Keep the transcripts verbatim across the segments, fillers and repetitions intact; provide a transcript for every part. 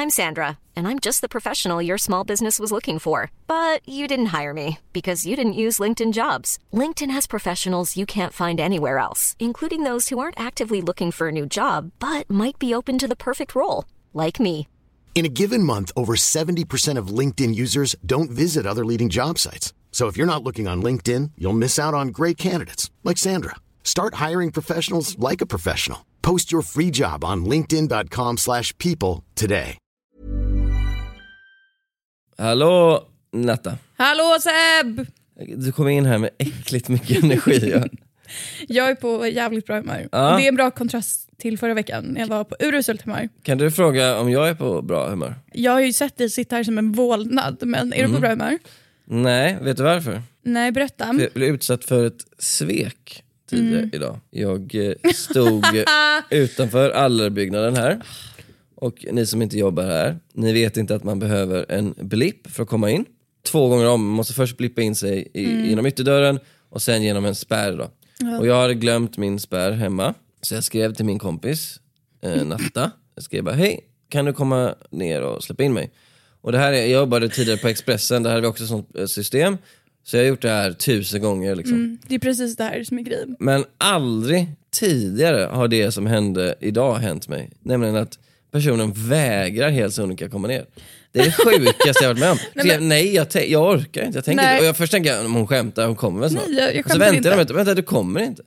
I'm Sandra, and I'm just the professional your small business was looking for. But you didn't hire me because you didn't use LinkedIn Jobs. LinkedIn has professionals you can't find anywhere else, including those who aren't actively looking for a new job, but might be open to the perfect role, like me. In a given month, over seventy percent of LinkedIn users don't visit other leading job sites. So if you're not looking on LinkedIn, you'll miss out on great candidates like Sandra. Start hiring professionals like a professional. Post your free job on linkedin dot com slash people today. Hallå Natta. Hallå Seb! Du kom in här med äckligt mycket energi. Ja. Jag är på jävligt bra humör. Ja. Det är en bra kontrast till förra veckan när jag var på uruselt humör. Kan du fråga om jag är på bra humör? Jag har ju sett dig sitta här som en vålnad, men är mm. du på bra humör? Nej, vet du varför? Nej, berätta. För jag blev utsatt för ett svek tidigare mm. idag. Jag stod utanför Allerbyggnaden här. Och ni som inte jobbar här, ni vet inte att man behöver en blipp för att komma in. Två gånger om, man måste först blippa in sig i, mm. genom ytterdörren och sen genom en spärr då. Ja. Och jag hade glömt min spärr hemma. Så jag skrev till min kompis eh, Natta. Jag skrev bara, hej, kan du komma ner och släppa in mig? Och det här är, jag jobbade tidigare på Expressen, där hade vi också ett sånt system. Så jag har gjort det här tusen gånger liksom. Mm, det är precis det här som är grejen. Men aldrig tidigare har det som hände idag hänt mig. Nämligen att personen vägrar helt sonika komma ner. Det är det sjukaste jag har varit med om. nej, men... jag, nej, jag, te- jag orkar inte. Jag tänker inte. Och jag först tänker, om hon skämtar, hon kommer väl snart. Nej, jag, jag så väntar jag, vänta, vänta, du kommer inte.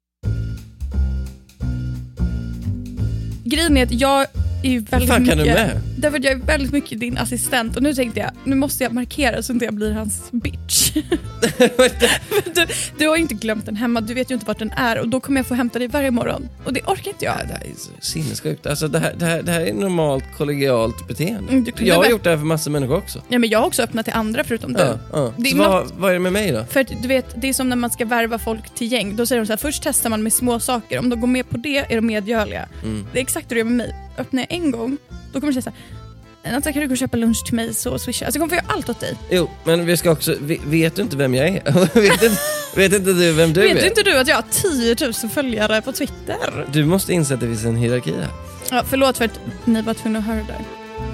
Grejen är att jag är ju väldigt fan mycket... kan du med? Därför att jag är väldigt mycket din assistent. Och nu tänkte jag, nu måste jag markera så att jag blir hans bitch. du, du har ju inte glömt den hemma. Du vet ju inte vart den är. Och då kommer jag få hämta dig varje morgon. Och det orkar inte jag. Ja, det här är så sinnessjukt. Alltså det här, det här, det här är normalt kollegialt beteende. Mm, jag har väl... gjort det här för massor av människor också. Ja, men jag har också öppnat till andra förutom ja, du. Ja. Det är så något... vad, vad är det med mig då? För att du vet, det är som när man ska värva folk till gäng. Då säger de så här, först testar man med små saker. Om de går med på det är de medgörliga. Mm. Det är exakt det du gör med mig. Öppnar jag en gång, då kommer det säga så här, Natta, kan du gå och köpa lunch till mig så swishar. Alltså jag kommer få göra allt åt dig. Jo, men vi ska också, vet du inte vem jag är? vet, inte, vet inte du vem du vet är? Vet inte du att jag har tio tusen följare på Twitter? Du måste inse att det finns en hierarki här. Ja, förlåt för att ni var tvungna att höra det där.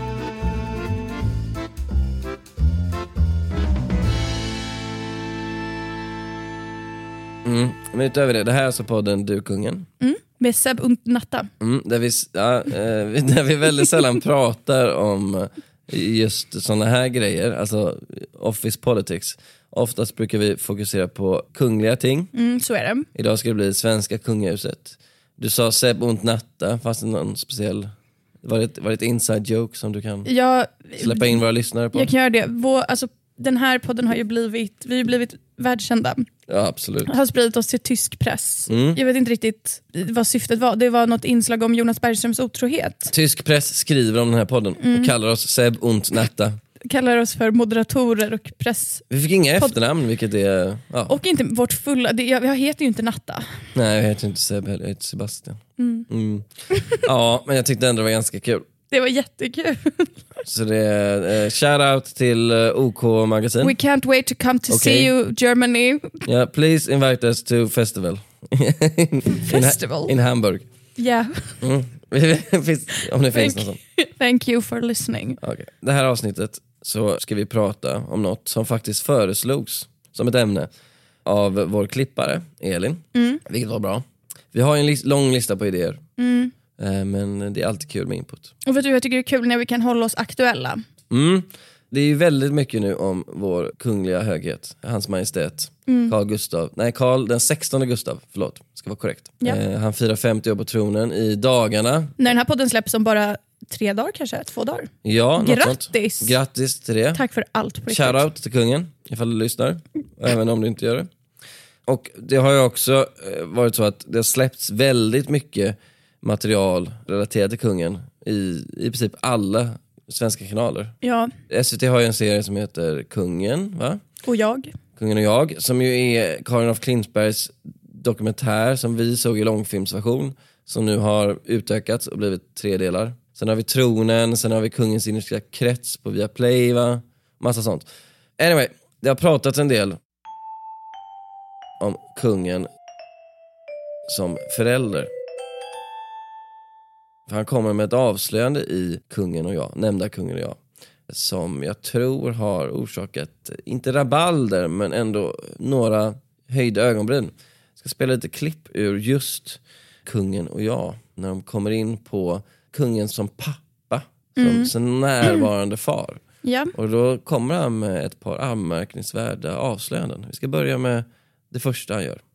Mm, men utöver det, det här är alltså podden Du Kungen. Mm, med Seb und Natta. Mm, där, vi, ja, eh, där vi väldigt sällan pratar om just såna här grejer, alltså office politics. Oftast brukar vi fokusera på kungliga ting. Mm, så är det. Idag ska det bli svenska kungahuset. Du sa Seb und Natta, fast någon speciell... Var det, ett, var det ett inside joke som du kan jag, släppa in våra lyssnare på? Jag kan göra det. Vår, alltså, den här podden har ju blivit, vi har ju blivit världskända. Ja, absolut. Har spridit oss till tysk press. Mm. Jag vet inte riktigt vad syftet var. Det var något inslag om Jonas Bergströms otrohet. Tysk press skriver om den här podden mm. och kallar oss Seb und Natta. Kallar oss för moderatorer och press. Vi fick inga efternamn, vilket är... Ja. Och inte vårt fulla... Det, jag, jag heter ju inte Natta. Nej, jag heter inte Seb, jag heter Sebastian. Mm. Mm. Ja, men jag tyckte ändå det var ganska kul. Det var jättekul. Så det är eh, shout out till eh, O K Magasin. We can't wait to come to okay. see you, Germany. Yeah, please invite us to festival. in, festival? In Hamburg. Yeah. Mm. Om det finns något sånt. Thank you for listening. Okay. Det här avsnittet så ska vi prata om något som faktiskt föreslogs som ett ämne av vår klippare Elin. Mm. Vilket var bra. Vi har en lis- lång lista på idéer. Mm. Men det är alltid kul med input. Och vet du, jag tycker det är kul när vi kan hålla oss aktuella. Mm. Det är ju väldigt mycket nu om vår kungliga höghet, hans majestät, mm. Carl Gustav. Nej, Carl den sextonde Gustav, förlåt, ska vara korrekt. Ja. Eh, han firar femtio år på tronen i dagarna. När den här podden släpps om bara tre dagar kanske, två dagar. Ja, grattis! Något Grattis till det. Tack för allt. På Shoutout till kungen, ifall du lyssnar. Även om du inte gör det. Och det har ju också varit så att det har släppts väldigt mycket material relaterat till kungen i, i princip alla svenska kanaler. Ja. S V T har ju en serie som heter Kungen, va? Och jag. Kungen och jag, som ju är Karin af Klintbergs dokumentär som vi såg i långfilmsversion, som nu har utökats och blivit tre delar. Sen har vi Tronen, sen har vi Kungens innersta krets på Viaplay, va? Massa sånt. Anyway, det har pratats en del om kungen som förälder. För han kommer med ett avslöjande i Kungen och jag, nämnda Kungen och jag, som jag tror har orsakat, inte rabalder, men ändå några höjda ögonbryn. Jag ska spela lite klipp ur just Kungen och jag, när de kommer in på kungen som pappa, som mm. så närvarande far. Ja. Och då kommer han med ett par anmärkningsvärda avslöjanden. Vi ska börja med det första han gör.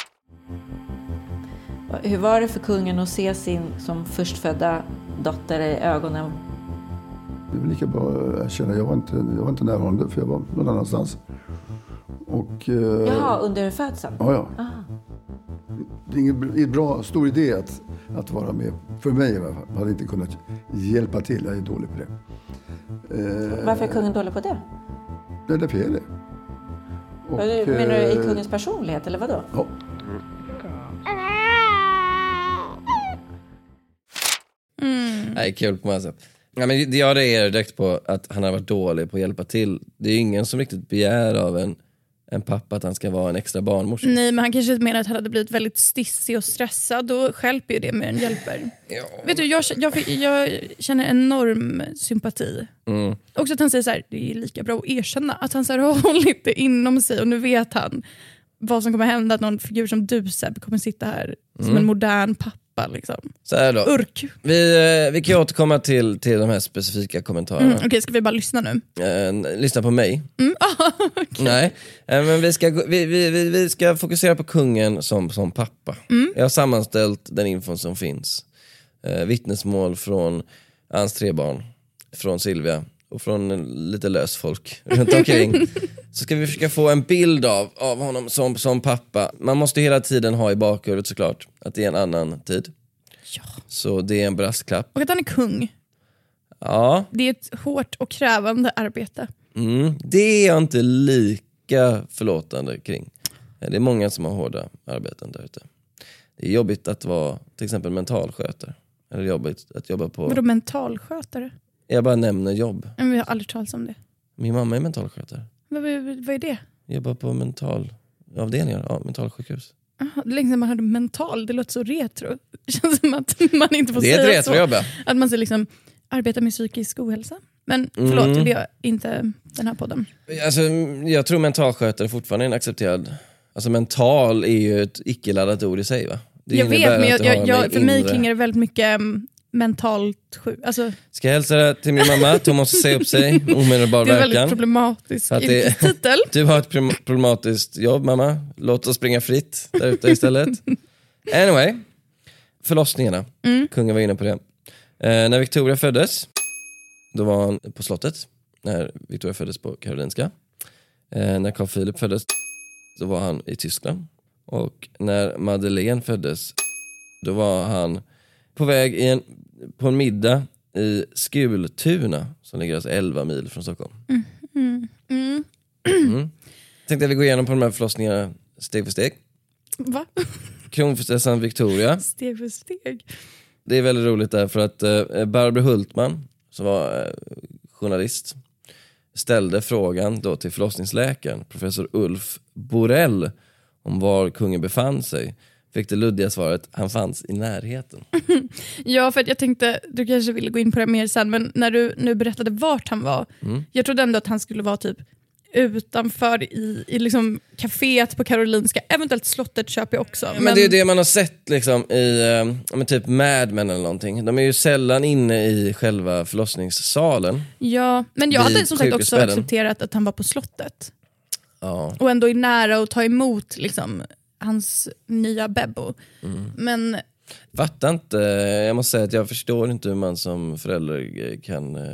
Hur var det för kungen att se sin som förstfödda dotter i ögonen? Det var lika bra att erkänna. Jag var inte, jag var inte närvarande, för jag var någon annanstans. Och, eh, Jaha, under födseln? Ja, ja. Aha. Det är ingen bra, stor idé att, att vara med. För mig i alla fall. Jag hade inte kunnat hjälpa till. Jag är dålig på det. Eh, Varför är kungen dålig på det? Det är därför jag är det. Och, menar du i kungens personlighet, eller vadå? Ja. Mm. Nej, kul på många sätt. Ja, men jag reagerar direkt på att han har varit dålig på att hjälpa till. Det är ingen som riktigt begär av en, en pappa att han ska vara en extra barnmorska. Nej, men han kanske menar att han hade blivit väldigt stissig och stressad. Då hjälper ju det med en hjälper. Ja. Vet du, jag, jag, jag känner enorm sympati. Mm. Också att han säger så här, det är lika bra att erkänna att han så här, har hållit det inom sig. Och nu vet han vad som kommer hända. Att någon figur som du, Seb, kommer sitta här mm. som en modern pappa. Liksom. Så här då. Urk. Vi, vi kan återkomma till, till de här specifika kommentarerna. Mm, Okej, okay, ska vi bara lyssna nu? Eh, lyssna på mig. Mm, okay. Nej, eh, men vi ska, vi, vi, vi, vi ska fokusera på kungen som, som pappa. Mm. Jag har sammanställt den infon som finns. Eh, vittnesmål från hans tre barn, från Silvia och från lite lös folk runt omkring. Så ska vi försöka få en bild av, av honom som, som pappa. Man måste hela tiden ha i bakhuvudet såklart att det är en annan tid. Ja. Så det är en brasklapp. Och att han är kung. Ja. Det är ett hårt och krävande arbete. Mm, det är jag inte lika förlåtande kring. Det är många som har hårda arbeten där ute. Det är jobbigt att vara till exempel mentalskötare. Eller jobbigt att jobba på... Vadå mentalskötare? Jag bara nämner jobb. Men vi har aldrig talat om det. Min mamma är mentalskötare. Vad, vad, vad är det? Jobbar på mentalavdelningar, ja, mentalsjukhus. Aha, det är länge sedan man hörde mental, det låter så retro. Det känns som att man inte får det är säga ett retrojobb, så. Att man ska liksom arbeta med psykisk ohälsa. Men förlåt, mm. det är inte den här podden. Alltså, jag tror mentalskötare fortfarande är en accepterad... Alltså mental är ju ett icke-laddat ord i sig, va? Det jag vet, men jag, jag, jag, för mig inre... klingar det väldigt mycket um, mentalt sjuk. Alltså... Ska jag hälsa det till min mamma att hon måste säga upp sig omedelbar verkan. Det är väldigt problematisk yrkestitel. Du har ett problematiskt jobb, mamma. Låt oss springa fritt där ute istället. Anyway, förlossningarna. Mm. Kungen var inne på det. Eh, när Victoria föddes, då var han på slottet. När Victoria föddes på Karolinska. Eh, när Carl Philip föddes, då var han i Tyskland. Och när Madeleine föddes, då var han på väg i en, på en middag i Skultuna, som ligger alltså elva mil från Stockholm. Mm. Mm. Mm. Mm. Tänkte att vi går igenom på de här förlossningarna steg för steg. Va? Kronprinsessan Victoria. Steg för steg. Det är väldigt roligt där för att eh, Barbro Hultman, som var eh, journalist, ställde frågan då till förlossningsläkaren, professor Ulf Borell, om var kungen befann sig. Fick det luddiga svaret, han fanns i närheten. Ja, för att jag tänkte, du kanske ville gå in på det mer sen, men när du nu berättade vart han var, mm. jag trodde ändå att han skulle vara typ utanför i, i liksom kaféet på Karolinska, eventuellt slottet köper jag också. Men, men det är det man har sett liksom i äh, typ Mad Men eller någonting. De är ju sällan inne i själva förlossningssalen. Ja, men jag hade som sagt också accepterat att han var på slottet. Ja. Och ändå är nära att ta emot liksom hans nya bebbo. Mm. Men fattar inte, jag måste säga att jag förstår inte hur man som förälder kan uh,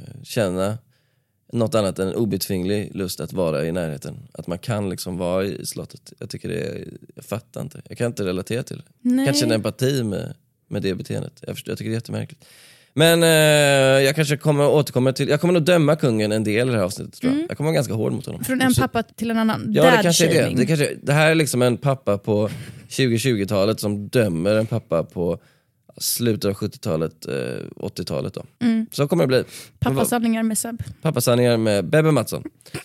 känna något annat än en obetvinglig lust att vara i närheten. Att man kan liksom vara i slottet. Jag tycker det är, jag fattar inte. Jag kan inte relatera till det. Nej. Jag kan känna empati med, med det beteendet. Jag, förstår, jag tycker det är jättemärkligt. Men eh, jag kanske kommer återkomma till... Jag kommer nog döma kungen en del i det här avsnittet, tror jag. Mm. Jag kommer vara ganska hård mot honom. Från en pappa till en annan. Ja, det kanske är det. Det, kanske, det här är liksom en pappa på tjugo-tjugotalet som dömer en pappa på slutet av sjuttiotalet, eh, åttiotalet då. Mm. Så kommer det bli. Pappasanningar med Seb. Pappasanningar med Bebbe Mattsson.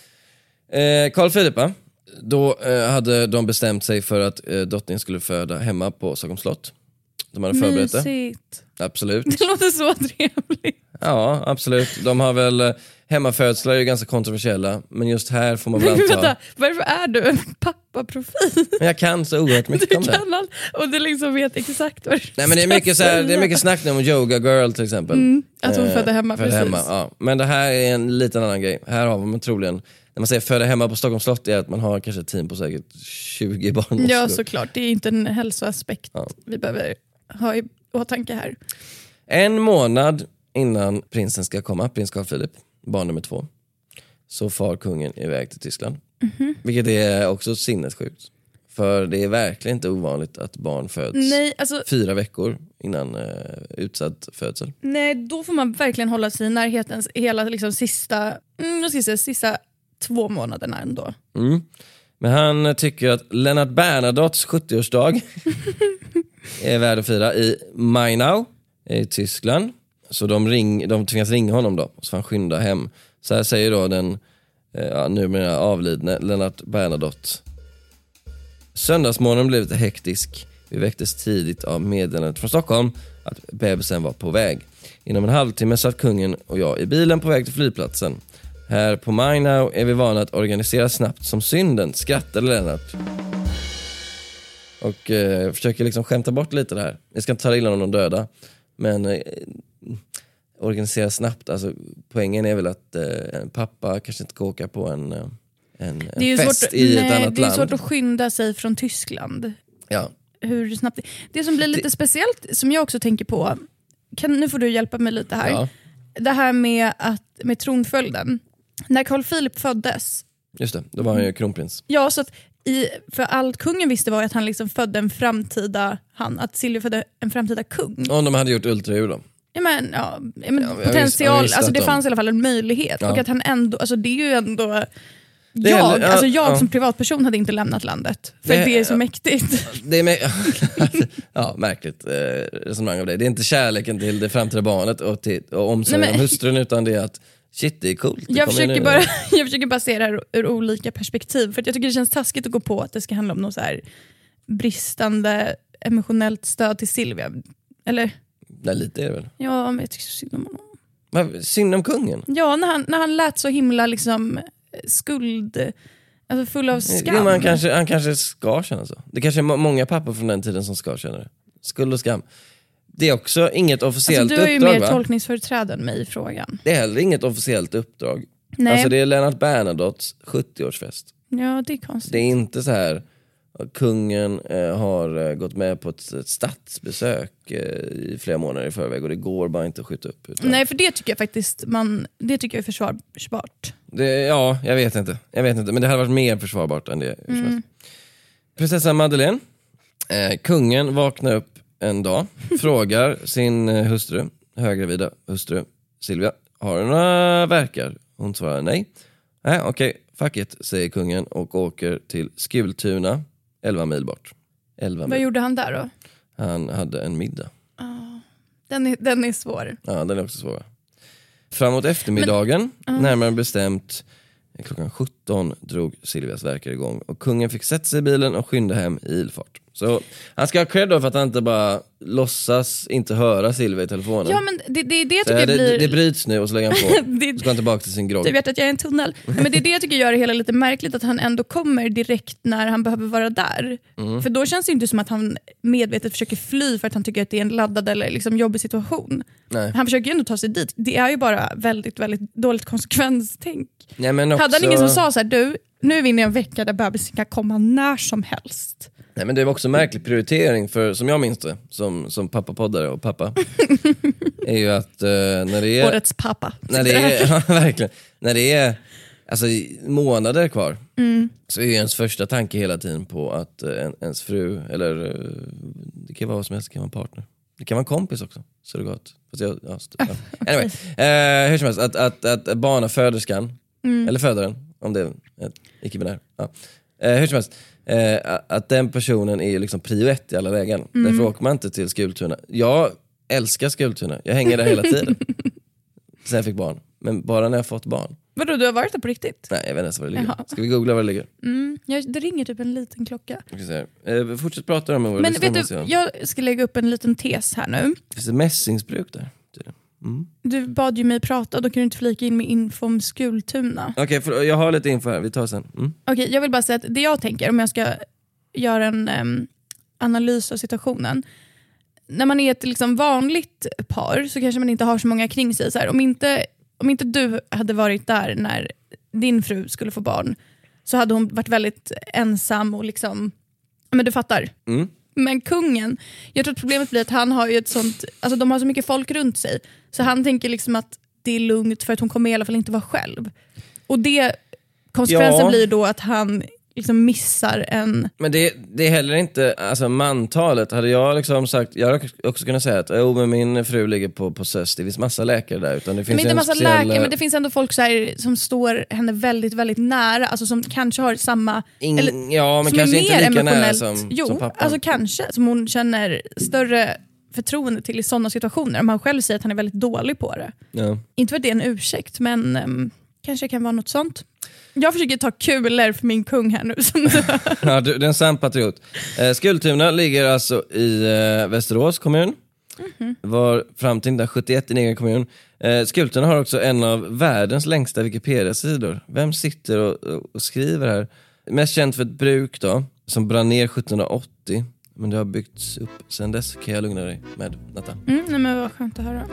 Eh, Carl Philip, då eh, hade de bestämt sig för att eh, dottern skulle föda hemma på Stockholms slott. De hade förberett det. Mysigt. Absolut. Det låter så trevligt. Ja, absolut. De har väl, hemmafödslar är ju ganska kontroversiella, men just här får man väl anta... Vänta, varför är du en pappaprofil? Men jag kan så oerhört mycket Du om det. kan all, och du liksom vet exakt vad du Nej, men det är mycket, så här, det är mycket snack nu om Yoga Girl till exempel. Mm, att hon Eh, födde hemma, födde precis. hemma, ja. Men det här är en liten annan grej. Här har man troligen, när man säger födda hemma på Stockholms slott, är att man har kanske ett team på säkert tjugo barn. Ja, såklart. Det är inte en hälsoaspekt Ja. vi behöver ha i åtanke här. En månad innan prinsen ska komma, prins Carl Philip, barn nummer två, så far kungen iväg till Tyskland. Mm-hmm. Vilket är också sinnessjukt. För det är verkligen inte ovanligt att barn föds Nej, alltså, fyra veckor innan eh, utsatt födsel. nej, då får man verkligen hålla sig i närheten hela liksom, sista, mm, jag ska säga, sista två månaderna ändå. Mm. Men han tycker att Lennart Bernadottes sjuttioårsdag är värd att fira i Mainau i Tyskland. Så de, ring, de tvingas ringa honom då, så han skynda hem. Så här säger då den eh, ja, numera avlidne Lennart Bernadotte. Söndagsmorgonen blev lite hektisk. Vi väcktes tidigt av meddelandet från Stockholm att bebisen var på väg. Inom en halvtimme satt kungen och jag i bilen på väg till flygplatsen. Här på Mainau är vi vana att organisera snabbt som synden, skrattade Lennart. Och eh, försöker liksom skämta bort lite det här. Jag ska inte ta illa om de döda. Men eh, organisera snabbt, alltså poängen är väl att eh, en pappa kanske inte ska åka på en, en, en Det är ju fest svårt, i nej, ett annat det är land. svårt att skynda sig från Tyskland. Ja. Hur snabbt det, det som blir lite Det- speciellt, som jag också tänker på, kan, nu får du hjälpa mig lite här. Ja, Det här med, att, med tronföljden. När Carl Philip föddes, just det. Då var han ju kronprins. ja, så att i, för allt kungen visste var att han liksom födde en framtida, han, att Silvia födde en framtida kung. Om de hade gjort ultraljud då. Ja, men, ja, ja, men Ja, jag potential, visste- jag visste alltså att det de- fanns i alla fall en möjlighet. Ja. Och att han ändå, alltså det är ju ändå... är Jag, heller- ja, alltså jag ja. som privatperson hade inte lämnat landet. För Det- det är så ja. mäktigt. Det är med, ja, märkligt eh, resonemang av det. Det är inte kärleken till det framtida barnet och, till, och omsorgen Nej, men- om hustrun, utan det är att shit, det är coolt. Det Jag kommer försöker, nu- bara, jag försöker bara se det här ur, ur olika perspektiv. För att jag tycker det känns taskigt att gå på att det ska handla om något så här bristande emotionellt stöd till Silvia. Eller, Nej, lite är det väl. ja, men jag tycker så synd om honom. Men, synd om kungen. Ja, när han, när han lät så himla liksom skuld, alltså full av skam. Ja, man kanske, han kanske ska känna så. Det kanske är må- många pappor från den tiden som ska känna det. Skuld och skam. Det är också inget officiellt Alltså, du har ju uppdrag, mer va? tolkningsföreträde än mig i frågan. Det är heller inget officiellt uppdrag. Nej. Alltså det är Lennart Bernadottes sjuttioårsfest. Ja, det är konstigt. Det är inte så här att kungen eh, har eh, gått med på ett, ett statsbesök eh, i flera månader i förväg och det går bara inte att skjuta upp. Utan Nej, för det tycker jag faktiskt man, det tycker jag är försvarbart. det, ja, jag vet inte. Jag vet inte. Men det hade varit mer försvarbart än det. hur som helst. Prinsessa Madeleine. Eh, kungen vaknar upp en dag, frågar sin eh, hustru, höggravida hustru Silvia, har du några verkar? Hon svarar nej. Nej, okej, okay, fuck it, säger kungen och åker till Skultuna, elva mil bort. elva Vad mil. gjorde han där då? Han hade en middag. Den är, den är svår. Ja, den är också svår. Framåt eftermiddagen, närmare bestämt klockan sjutton, drog Silvias verkar igång och kungen fick sätta sig i bilen och skynda hem i ilfart. Så han ska ha cred då för att han inte bara låtsas inte höra Silvia i telefonen. Ja, men det, det, det Så tycker jag det, blir... det bryts nu och så lägger han på. Det- Så ska han tillbaka till sin grogg. Du vet att jag är en tunnel. Nej, men det är det jag tycker gör det hela lite märkligt, att han ändå kommer direkt när han behöver vara där. Mm. För då känns det inte som att han medvetet försöker fly för att han tycker att det är en laddad eller liksom jobbig situation. Nej. Han försöker ju ändå ta sig dit. Det är ju bara väldigt, väldigt dåligt konsekvenstänk. Nej, men också... Hade han ingen som sa så här: du, nu är vi inne i en vecka där bebisen kan komma när som helst. Nej, men det var också märklig prioritering för, som jag minns det, som, som pappapoddare och pappa, är ju att eh, när det är... Årets pappa. När det är, ja, verkligen. När det är alltså, månader kvar Mm. så är ju ens första tanke hela tiden på att eh, en, ens fru, eller eh, det kan vara vad som helst, det kan vara en partner. Det kan vara en kompis också, surrogat. Fast jag, ja, st- ja. Anyway, eh, hur som helst, att, att, att barnaföderskan, Mm. eller födaren, om det är ett icke-binär. Ja. Eh, hur som helst, eh, att den personen är ju liksom prio ett i alla lägen. Mm. Därför åker man inte till Skultuna. Jag älskar Skultuna, jag hänger där hela tiden. Sen jag fick barn. Men bara när jag fått barn. Vadå, du har varit där på riktigt? Nej, jag vet inte ens var det ligger. Jaha. Ska vi googla var det ligger? Mm, jag, det ringer typ en liten klocka. Eh, fortsätt prata om våra Men vet lyssnare. du, jag ska lägga upp en liten tes här nu. Finns det mässingsbruk där? Mm. Du bad ju mig prata, då kan du inte flika in med info om Skultuna. Okej, okay, jag har lite info här, vi tar sen. Mm. Okej, okay, jag vill bara säga att det jag tänker, om jag ska göra en um, analys av situationen. När man är ett liksom vanligt par så kanske man inte har så många kring sig. Så här, om, inte, om inte du hade varit där när din fru skulle få barn så hade hon varit väldigt ensam och liksom, men du fattar. Mm. Men kungen, jag tror att problemet blir att han har ju ett sånt, alltså de har så mycket folk runt sig. Så han tänker liksom att det är lugnt för att hon kommer i alla fall inte vara själv. Och det, konsekvensen ja. blir då att han liksom missar en... Men det, det är heller inte, alltså mantalet, hade jag liksom sagt, jag hade också kunnat säga att oh, men min fru ligger på, på S Ö S, det finns massa läkare där. Utan det finns men inte en massa speciell... läkare, men det finns ändå folk så här, som står henne väldigt, väldigt nära, alltså som kanske har samma... In, eller, ja, men som kanske är inte mer lika nära emotionellt. som, jo, som pappan. alltså kanske, som hon känner större förtroende till i sådana situationer. Om han själv säger att han är väldigt dålig på det. Ja. Inte för att det är en ursäkt, men um, kanske kan vara något sånt. Jag försöker ta kulor för min kung här nu. Ja, du, det är en sann patriot. Eh, Skultuna ligger alltså i eh, Västerås kommun. Mm-hmm. Var fram till nittonhundrasjuttioett en egen kommun. Eh, Skultuna har också en av världens längsta Wikipedia-sidor. Vem sitter och, och skriver här? Mest känt för ett bruk då, som brann ner sjuttonhundraåttio. Men det har byggts upp sedan dess, kan jag lugna dig med, Natta. Mm, nej, men vad skönt att höra.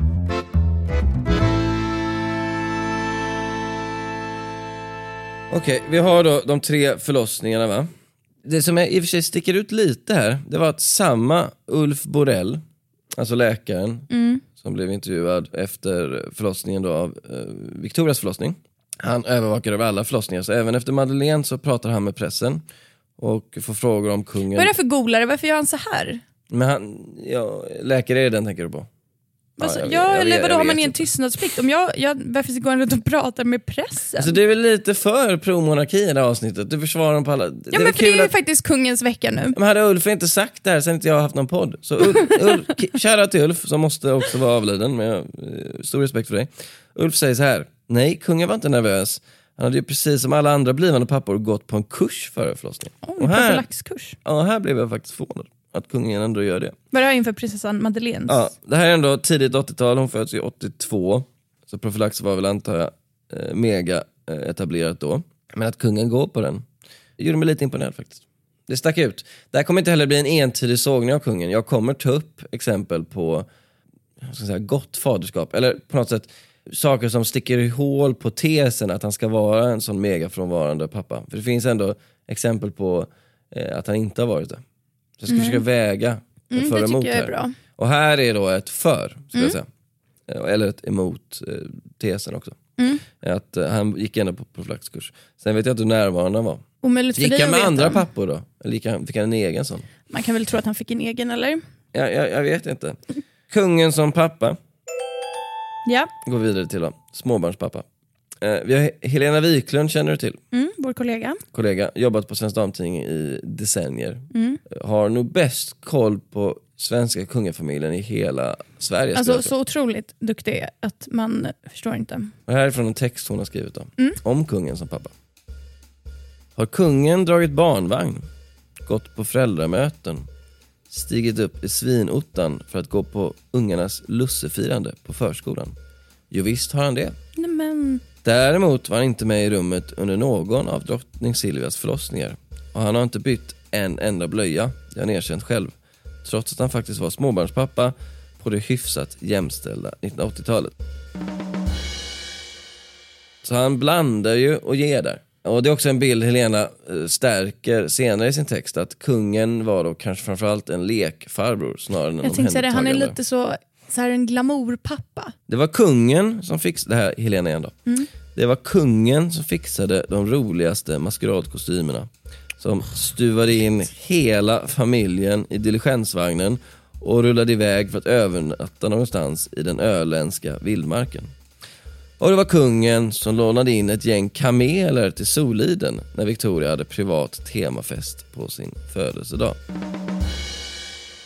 Okej, vi har då de tre förlossningarna, va? Det som är, i och för sig sticker ut lite här, det var att samma Ulf Borell, alltså läkaren mm. som blev intervjuad efter förlossningen då av eh, Victorias förlossning. Han övervakar över alla förlossningar, så även efter Madeleine så pratar han med pressen och får frågor om kungen. Vad är det för golare? Varför gör han så här? Men han, ja, läkare är den tänker du på? Alltså, ja, ja, jag, jag, eller jag, vadå, jag har man vet en inte. tystnadsplikt? Om jag, jag, varför går han runt och pratar med pressen? Alltså det är väl lite för pro-monarki i det här avsnittet. Du försvarar dem på alla. Det ja, är men för kul det är att... faktiskt kungens vecka nu. Men hade Ulf inte sagt det här sen inte jag har haft någon podd. Så Ulf, Ulf, kära till Ulf som måste också vara avliden, men jag, stor respekt för dig. Ulf säger så här: nej, kungen var inte nervös. Han hade ju precis som alla andra blivande pappor gått på en kurs före förlossningen. Oh, och här, profylaxkurs. ja, här blev jag faktiskt förvånad att kungen ändå gör det. Var det inför prinsessan Madeleines? Ja, det här är ändå tidigt åttiotal, hon föds i åttiotvå. Så profylax var väl, antar jag, eh, mega eh, etablerat då. Men att kungen går på den gjorde mig lite imponerad faktiskt. Det stack ut. Det här kommer inte heller bli en entydig sågning av kungen. Jag kommer ta upp exempel på, jag ska säga, gott faderskap. Eller på något sätt saker som sticker i hål på tesen att han ska vara en sån mega frånvarande pappa. För det finns ändå exempel på eh, att han inte har varit det. Så jag ska mm. försöka väga mm, för och emot jag är här. Bra. Och här är då ett för, skulle mm. jag säga. Eller ett emot eh, tesen också. Mm. Att eh, han gick ändå på profylaxkurs. Sen vet jag inte hur närvarande han var. Omöjligt för gick dig han med att andra veta. pappor då? Eller gick han, fick han en egen sån? Man kan väl tro att han fick en egen, eller? Ja, jag, jag vet inte. Kungen som pappa. Ja. Går vidare till då. Småbarnspappa. Eh, vi har Helena Wiklund, känner du till? Mm, vår kollega. Kollega, jobbat på Svensk Damtidning i decennier. Mm. Har nog bäst koll på svenska kungafamiljen i hela Sverige. Alltså så otroligt duktig att man förstår inte. Och här är från en text hon har skrivit då. Mm. Om kungen som pappa. Har kungen dragit barnvagn? Gått på föräldramöten? Stigit upp i svinottan för att gå på ungarnas lussefirande på förskolan? Jo visst har han det. Nej, men... Däremot var han inte med i rummet under någon av drottning Silvias förlossningar. Och han har inte bytt en enda blöja, det har han erkänt själv. Trots att han faktiskt var småbarnspappa på det hyfsat jämställda nittonhundraåttiotalet. Så han blandar ju och ger där. Och det är också en bild Helena stärker senare i sin text, att kungen var då kanske framförallt en lekfarbror snarare än en Jag tänkte säga det, han är omhändertagande. lite så, så här en glamourpappa. Det var kungen som fixade, det här Helena igen då. Mm. Det var kungen som fixade de roligaste maskeradkostymerna. Som stuvade in hela familjen i diligensvagnen och rullade iväg för att övernatta någonstans i den öländska vildmarken. Och det var kungen som lånade in ett gäng kameler till Soliden när Victoria hade privat temafest på sin födelsedag.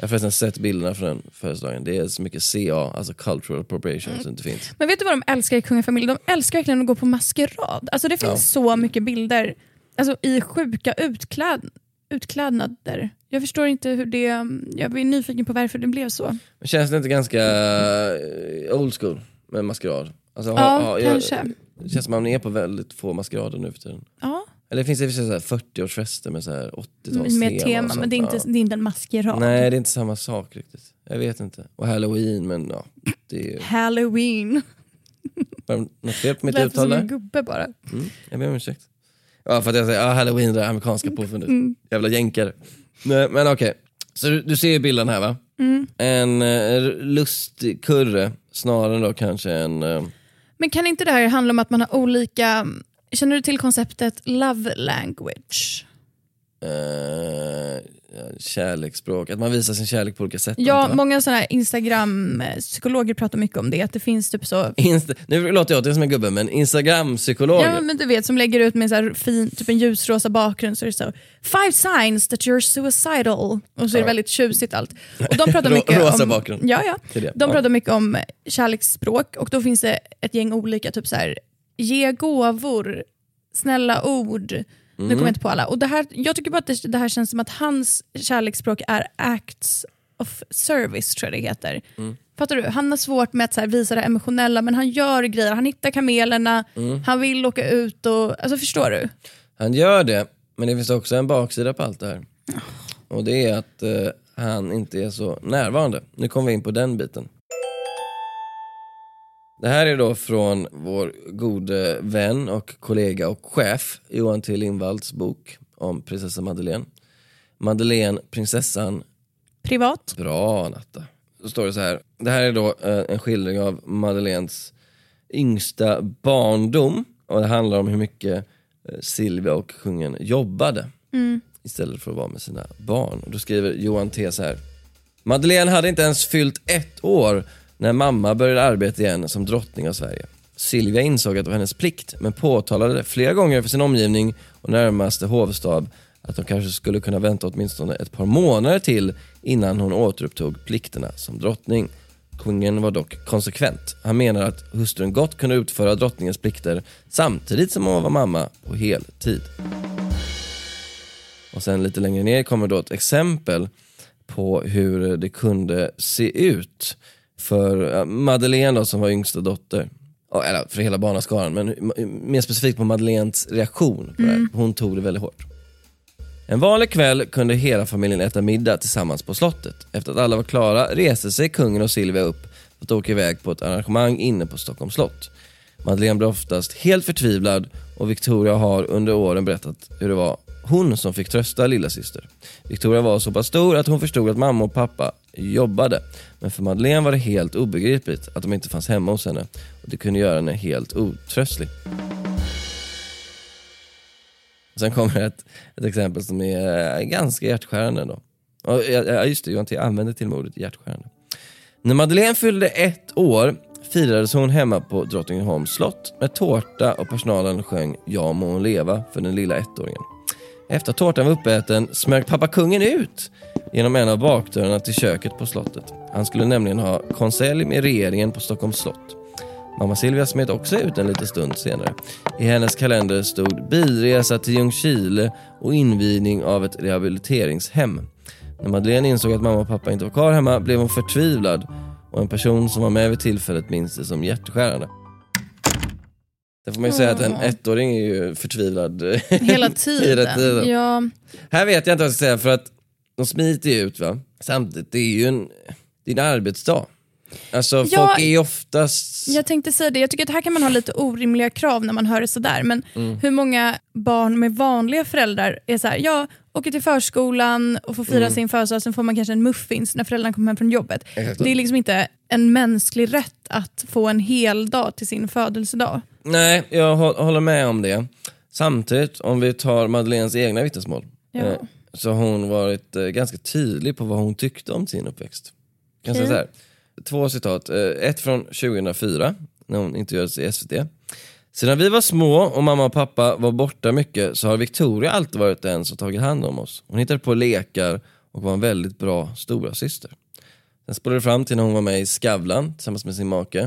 har förresten sett bilderna från den födelsedagen. Det är så mycket C A, alltså cultural appropriation, mm. som inte finns. Men vet du vad de älskar i kungafamiljen? De älskar verkligen att gå på maskerad. Alltså det finns ja. så mycket bilder alltså, i sjuka utkläd, utklädnader. Jag förstår inte hur det... Jag blir nyfiken på varför det blev så. Men känns det inte ganska old school med maskerad? Alltså, ja, ha, ha, kanske. Jag, det känns som att man är på väldigt få maskerader nu för tiden. Ja. Eller det finns det så här fyrtio-årsfester med så här åttio-tals med tema, men det är, inte, ja. det är inte en maskerad. Nej, det är inte samma sak riktigt. Jag vet inte. Och Halloween, men ja. Det är... Halloween. Var det något fel på mitt Lät uttal där? som en gubbe bara. Mm, jag ber om ursäkt. Ja, för att jag säger, ja, Halloween, det amerikanska påfundet. Mm. Jävla jänkare. Men, men okej. Okay. Så du, du ser ju bilden här, va? Mm. En uh, lustig kurre, snarare då kanske en... Uh... Men kan inte det här handla om att man har olika... Känner du till konceptet love language? Uh, kärleksspråk, att man visar sin kärlek på olika sätt. Ja, många sådana här Instagram-psykologer pratar mycket om det, att det finns typ så... Insta- nu låter jag det som en gubbe, men Instagram-psykologer. Ja, men du vet, som lägger ut med så här fin, typ en ljusrosa bakgrund, så är det så five signs that you're suicidal, och så är det väldigt tjusigt allt. Och de pratar mycket rosa om... bakgrund. Ja, ja. De ja. pratar mycket om kärleksspråk, och då finns det ett gäng olika, typ så här, ge gåvor, snälla ord. Mm. Nu kommer jag inte på alla. Och det här, jag tycker bara att det, det här känns som att hans kärleksspråk är acts of service, tror jag det heter. Mm. Fattar du? Han har svårt med att så här, visa det emotionella, men han gör grejer. Han hittar kamelerna, mm. han vill åka ut och... Alltså, förstår du? Han gör det, men det finns också en baksida på allt det här. Och det är att uh, han inte är så närvarande. Nu kommer vi in på den biten. Det här är då från vår gode vän och kollega och chef Johan T. Lindvalls bok om prinsessa Madeleine. Madeleine, prinsessan. Privat. Bra, Natta. Så står det så här. Det här är då eh, en skildring av Madeleines yngsta barndom. Och det handlar om hur mycket eh, Silvia och kungen jobbade. Mm. Istället för att vara med sina barn. Och då skriver Johan T. så här. Madeleine hade inte ens fyllt ett år när mamma började arbeta igen som drottning av Sverige. Silvia insåg att det var hennes plikt, men påtalade flera gånger för sin omgivning och närmaste hovstab att de kanske skulle kunna vänta åtminstone ett par månader till innan hon återupptog plikterna som drottning. Kungen var dock konsekvent. Han menar att hustrun gott kunde utföra drottningens plikter samtidigt som hon var mamma på heltid. Och sen lite längre ner kommer då ett exempel på hur det kunde se ut för Madeleine då, som var yngsta dotter. Eller för hela barnaskaran, men mer specifikt på Madeleines reaktion på mm. det här. Hon tog det väldigt hårt. En vanlig kväll kunde hela familjen äta middag tillsammans på slottet. Efter att alla var klara reste sig kungen och Silvia upp för att åka iväg på ett arrangemang inne på Stockholms slott. Madeleine blev oftast helt förtvivlad och Victoria har under åren berättat hur det var hon som fick trösta lilla syster. Victoria var så pass stor att hon förstod att mamma och pappa jobbade. Men för Madeleine var det helt obegripligt att de inte fanns hemma hos henne. Och det kunde göra henne helt otröstlig. Sen kommer ett, ett exempel som är ganska hjärtskärande då. Och, ja, just det, jag inte använde till ordet hjärtskärande. När Madeleine fyllde ett år firades hon hemma på Drottningholms slott med tårta och personalen sjöng Ja må hon leva för den lilla ettåringen. Efter att tårtan var uppäten smög pappa kungen ut genom en av bakdörrarna till köket på slottet. Han skulle nämligen ha konselj med regeringen på Stockholms slott. Mamma Silvia smet också ut en liten stund senare. I hennes kalender stod bilresa till Ljungskile och invigning av ett rehabiliteringshem. När Madeleine insåg att mamma och pappa inte var kvar hemma blev hon förtvivlad, och en person som var med vid tillfället minns det som hjärtskärande. Det får man ju säga att en ettåring är ju förtvivlad hela tiden. hela tiden. Ja. Här vet jag inte vad jag ska säga, för att de smiter ju ut, va? Samtidigt, det är ju en, det är en arbetsdag. Alltså ja, folk är ju oftast... Jag tänkte säga det, jag tycker att här kan man ha lite orimliga krav när man hör det sådär. Men mm. hur många barn med vanliga föräldrar är så här, ja, åker till förskolan och får fira mm. sin födelsedag, sen får man kanske en muffins när föräldrarna kommer hem från jobbet. Exakt. Det är liksom inte en mänsklig rätt att få en hel dag till sin födelsedag. Nej, jag håller med om det. Samtidigt, om vi tar Madeleines egna vittnesmål, ja. eh, så har hon varit eh, ganska tydlig på vad hon tyckte om sin uppväxt. Kan jag säga så här? Två citat. Ett från tjugohundrafyra när hon intervjuades i S V T. Sedan vi var små och mamma och pappa var borta mycket så har Victoria alltid varit den som tagit hand om oss. Hon hittade på lekar och var en väldigt bra stora syster. Sen spelade det fram till när hon var med i Skavlan tillsammans med sin make.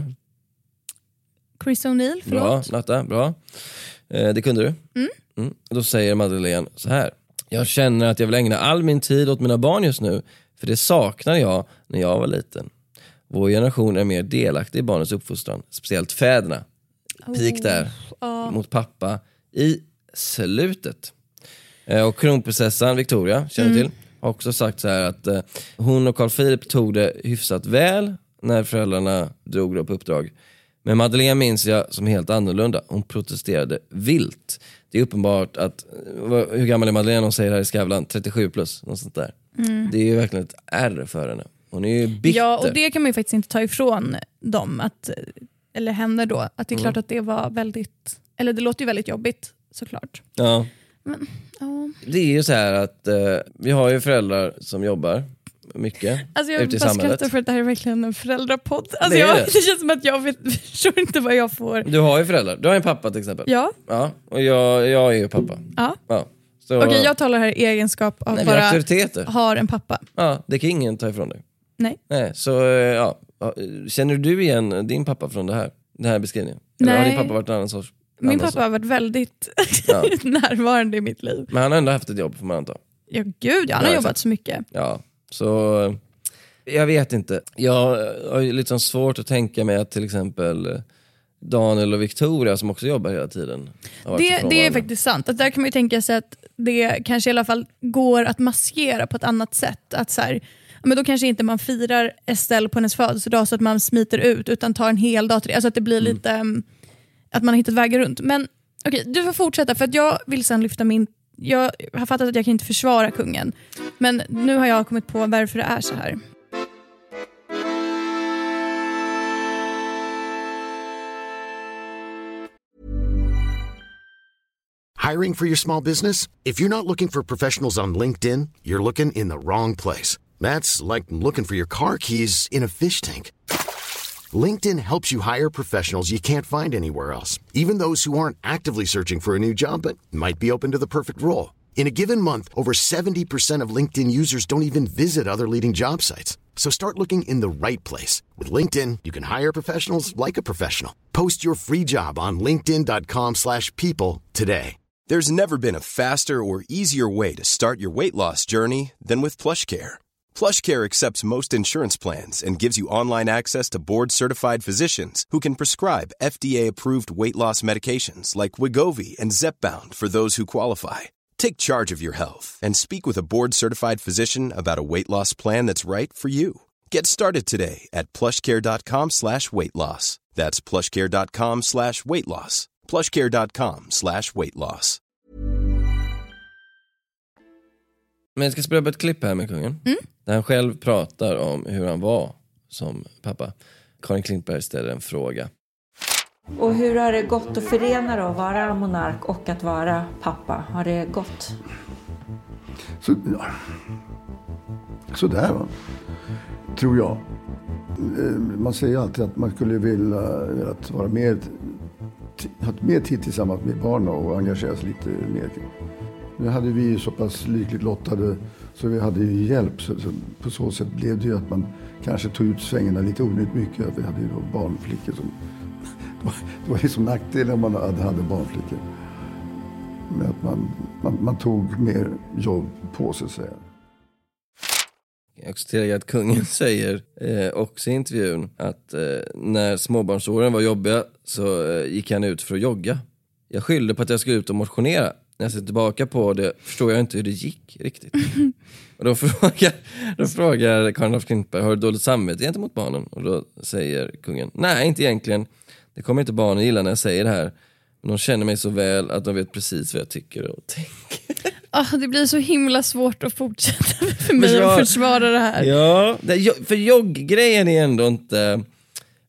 Chris O'Neill, förlåt. Bra, Natta, bra. Eh, det kunde du. Mm. Mm. Då säger Madeleine så här. Jag känner att jag vill ägna all min tid åt mina barn just nu, för det saknar jag när jag var liten. Vår generation är mer delaktig i barnens uppfostran, speciellt fäderna. Pik där, oh. mot pappa i slutet. Eh, och kronprinsessan Victoria, känner mm. till, har också sagt så här att eh, hon och Carl Philip tog det hyfsat väl när föräldrarna drog det på uppdrag. Men Madeleine minns jag som helt annorlunda. Hon protesterade vilt. Det är uppenbart att, hur gammal är Madeleine? Hon säger här i Skavlan, trettiosju plus, något sånt där. Mm. Det är ju verkligen ett ärr för henne. Hon är ju bitter. Ja, och det kan man ju faktiskt inte ta ifrån dem, att, eller henne då. Att det är klart mm. att det var väldigt, eller det låter ju väldigt jobbigt, såklart. Ja. Men, ja. Det är ju så här att eh, vi har ju föräldrar som jobbar mycket alltså jag ute i bara samhället. skrattar för att det här är verkligen en föräldrapodd. Alltså det, jag, det. det känns som att jag vet, förstår inte vad jag får. Du har ju föräldrar. Du har en pappa till exempel. Ja. Ja, och jag, jag är ju pappa. Ja. Ja. Så, okej, jag talar här i egenskap av nej, bara auktoriteter. Har en pappa. Ja, det kan ingen ta ifrån dig. Nej. Nej, så ja. Känner du igen din pappa från det här? Den här beskrivningen? Eller nej. har din pappa varit en annan sorts? Min annan pappa sorts? har varit väldigt ja. närvarande i mitt liv. Men han har ändå haft ett jobb, får man anta. Ja, gud, han har ja, jobbat exakt. så mycket. Ja, så jag vet inte. Jag har ju lite svårt att tänka mig att till exempel Daniel och Victoria som också jobbar hela tiden. Det, det är faktiskt sant. Att där kan man ju tänka sig att det kanske i alla fall går att maskera på ett annat sätt. Att så här, men då kanske inte man firar Estelle på hennes födelsedag så att man smiter ut, utan tar en hel dag till det. Alltså att det blir mm. lite, um, att man har hittat vägar runt. Men okej, okay, du får fortsätta, för att jag vill sen lyfta min, jag har fattat att jag kan inte försvara kungen. Men nu har jag kommit på varför det är så här. Hiring for your small business? If you're not looking for professionals on LinkedIn, you're looking in the wrong place. That's like looking for your car keys in a fish tank. LinkedIn helps you hire professionals you can't find anywhere else, even those who aren't actively searching for a new job but might be open to the perfect role. In a given month, over seventy percent of LinkedIn users don't even visit other leading job sites. So start looking in the right place. With LinkedIn, you can hire professionals like a professional. Post your free job on linkedin dot com slash people today. There's never been a faster or easier way to start your weight loss journey than with PlushCare. PlushCare accepts most insurance plans and gives you online access to board-certified physicians who can prescribe F D A-approved weight loss medications like Wegovy and Zepbound for those who qualify. Take charge of your health and speak with a board-certified physician about a weight loss plan that's right for you. Get started today at plushcare.com slash weight loss. That's plushcare.com slash weight loss. plushcare.com slash weight loss. Men jag ska spela upp ett klipp här med kungen. Mm. Där han själv pratar om hur han var som pappa. Karin Klintberg ställer en fråga. Och hur har det gått att förena då, att vara monark och att vara pappa? Har det gått? Så, ja. Så där va, tror jag. Man säger alltid att man skulle vilja att vara mer, ha mer tid tillsammans med barnen och engagera sig lite mer. Nu hade vi ju så pass lyckligt lottade så vi hade ju hjälp. Så, så på så sätt blev det ju att man kanske tog ut svängarna lite onödigt mycket. Att vi hade ju då barnflickor som... Det var, det var liksom nackdelen om man hade, hade barnflickor. Men att man, man, man tog mer jobb på sig, säga. Jag också tillägger att kungen säger eh, också i intervjun att eh, när småbarnsåren var jobbiga så eh, gick han ut för att jogga. Jag skyllde på att jag skulle ut och motionera. När jag ser tillbaka på det förstår jag inte hur det gick riktigt. Och då frågar, då frågar Karin af Klintberg, har du dåligt samvete gentemot barnen? Och då säger kungen, nej inte egentligen. Det kommer inte barnen gilla när jag säger det här. Men de känner mig så väl att de vet precis vad jag tycker och tänker. Oh, det blir så himla svårt att fortsätta för mig att försvara det här. Ja, det, för jogggrejen är ändå inte...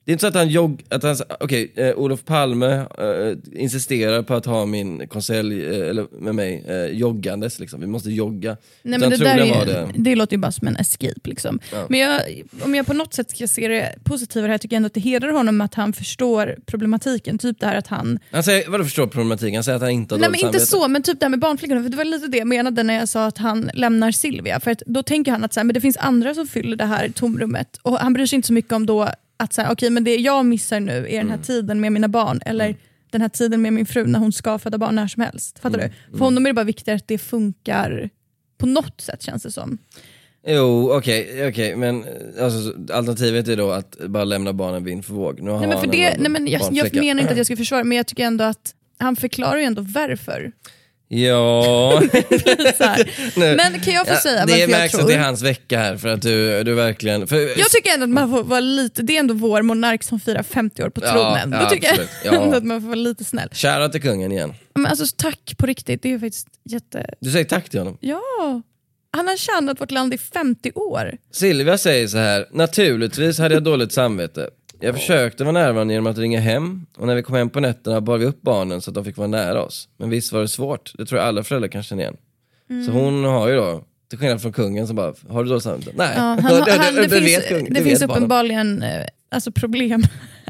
Det är inte så att han jogg... Att han, okej, okay, eh, Olof Palme eh, insisterar på att ha min konselj eh, eller med mig eh, joggandes. Liksom. Vi måste jogga. Nej, men det, där är, det... det låter ju bara som en escape. Liksom. Ja. Men jag, om jag på något sätt ska se det positiva här, tycker jag ändå att det hedrar honom att han förstår problematiken. Typ det här att han... Han säger, vadå förstår problematiken? Han säger att han inte har Nej, dåligt men inte samvete. så, men typ det här med barnflickorna. För det var lite det jag menade när jag sa att han lämnar Silvia. För att då tänker han att så här, men det finns andra som fyller det här tomrummet. Och han bryr sig inte så mycket om då att så här, okej, men det jag missar nu är den här mm. tiden med mina barn. Eller mm. den här tiden med min fru när hon ska föda barn när som helst. Fattar mm. du? För honom är det bara viktigt att det funkar på något sätt, känns det som. Jo, okej, okay, okay, men alltså, alternativet är då att bara lämna barnen vind för våg. Nu har nej, men för han det, nej, men jag, jag menar inte att jag ska försvara, men jag tycker ändå att han förklarar ju ändå varför. Ja. Men kan jag få ja, säga det varför märks jag tror... att det är hans vecka här för att du, du verkligen... För... Jag tycker ändå att man får vara lite... Det är ändå vår monark som firar femtio år på tronen. Ja, Då tycker absolut. jag ändå ja. att man får vara lite snäll. Kära till kungen igen. Men alltså tack på riktigt, det är ju faktiskt jätte... Du säger tack till honom? Ja. Han har tjänat vårt land i femtio år. Silvia säger så här: naturligtvis hade jag dåligt samvete. Jag försökte vara närvarande genom att ringa hem. Och när vi kom hem på nätterna bar vi upp barnen så att de fick vara nära oss. Men visst var det svårt. Det tror jag alla föräldrar kan känna igen. Mm. Så hon har ju då, till skillnad från kungen som bara, har du då samvete? Nej, ja, han, han, det, det, det, finns, kung, det finns uppenbarligen eh, alltså problem.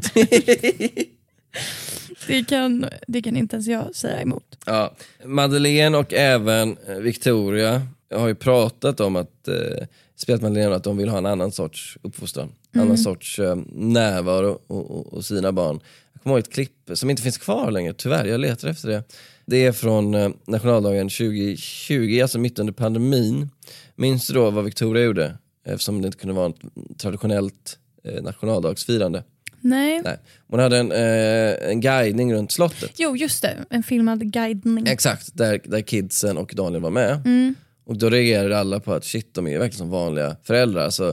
det, kan, det kan inte ens jag säga emot. Ja. Madeleine och även Victoria har ju pratat om att eh, spelat Madeleine att de vill ha en annan sorts uppfostran. En mm. annan sorts eh, närvaro och, och, och sina barn. Jag kommer ihåg ett klipp som inte finns kvar längre, tyvärr. Jag letar efter det. Det är från eh, nationaldagen tjugo tjugo, alltså mitt under pandemin. Minns du då vad Victoria gjorde? Eftersom det inte kunde vara ett traditionellt eh, nationaldagsfirande. Nej. Nej. Hon hade en, eh, en guidning runt slottet. Jo, just det. En filmad guidning. Exakt, där, där kidsen och Daniel var med. Mm. Och då reagerade alla på att shit, de är verkligen som vanliga föräldrar. Alltså,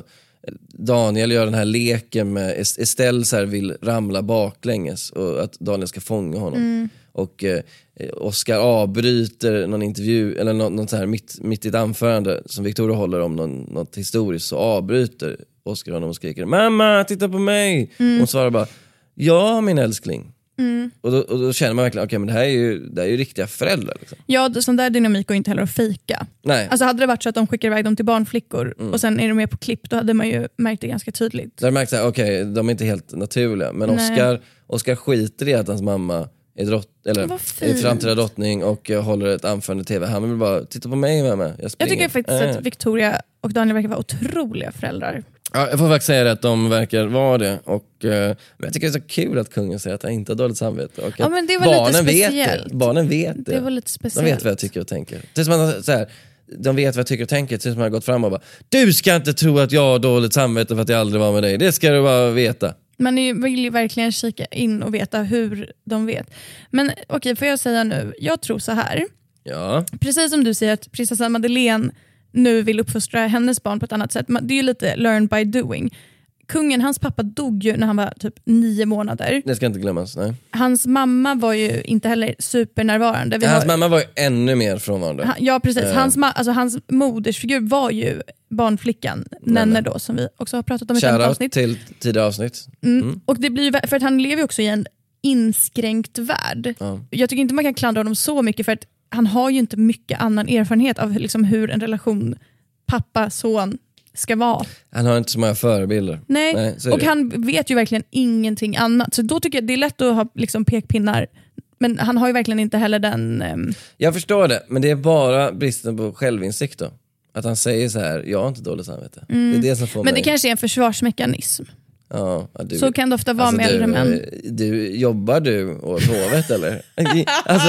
Daniel gör den här leken med Estelle så här vill ramla baklänges och att Daniel ska fånga honom. Mm. Och eh, Oscar avbryter någon intervju eller något, något så här mitt, mitt i ett anförande som Victoria håller om någon, något historiskt, så avbryter Oscar honom och skriker: mamma, titta på mig! Mm. Hon svarar bara: ja, min älskling. Mm. Och, då, och då känner man verkligen, okej, okay, men det här är ju, det här är ju riktiga föräldrar liksom. Ja, sån där dynamik går inte heller att fejka. Nej. Alltså hade det varit så att de skickar iväg dem till barnflickor mm. och sen är de med på klipp, då hade man ju märkt det ganska tydligt. Då hade man märkt att okej, okay, de är inte helt naturliga. Men Oscar, Oscar skiter i att hans mamma är drott, eller är framtida drottning och håller ett anförande i tv. Han vill bara titta på mig med mig. Jag, jag tycker faktiskt äh. att Victoria och Daniel verkar vara otroliga föräldrar. Ja, jag får faktiskt säga det att de verkar vara det. Och, uh, men jag tycker det är så kul att kungen säger att han inte har dåligt samvete. Och ja, men det var barnen lite speciellt. Vet det. Barnen vet det. Det var lite speciellt. De vet vad jag tycker och tänker. Det är som att, så här, de vet vad jag tycker och tänker. Det är som att jag har gått fram och bara: du ska inte tro att jag har dåligt samvete för att jag aldrig var med dig. Det ska du bara veta. Man vill ju verkligen kika in och veta hur de vet. Men okej, okay, får jag säga nu, jag tror så här. Ja. Precis som du säger att prinsessan Madeleine nu vill uppfostra hennes barn på ett annat sätt. Det är ju lite learn by doing. Kungen, hans pappa dog ju när han var typ nio månader. Det ska inte glömmas, nej. Hans mamma var ju inte heller supernärvarande. Vi hans har... mamma var ju ännu mer frånvarande. Han, ja, precis. Uh. Hans, ma- alltså, hans modersfigur var ju barnflickan Nenne då, som vi också har pratat om i ett annat avsnitt. till tidigare avsnitt. Mm. Mm. Och det blir, för att han lever ju också i en inskränkt värld. Uh. Jag tycker inte man kan klandra honom så mycket, för att han har ju inte mycket annan erfarenhet av liksom hur en relation pappa-son ska vara. Han har inte så många förebilder. Nej, Nej och han vet ju verkligen ingenting annat. Så då tycker jag det är lätt att ha liksom pekpinnar. Men han har ju verkligen inte heller den... Um... Jag förstår det, men det är bara bristen på självinsikt då. Att han säger så här: jag har inte dåligt samvete. Mm. Det är det som får men mig. det kanske är en försvarsmekanism. Ja, du, så kan det ofta vara alltså med du, äldre män. Du, jobbar du åt hovet eller? Alltså...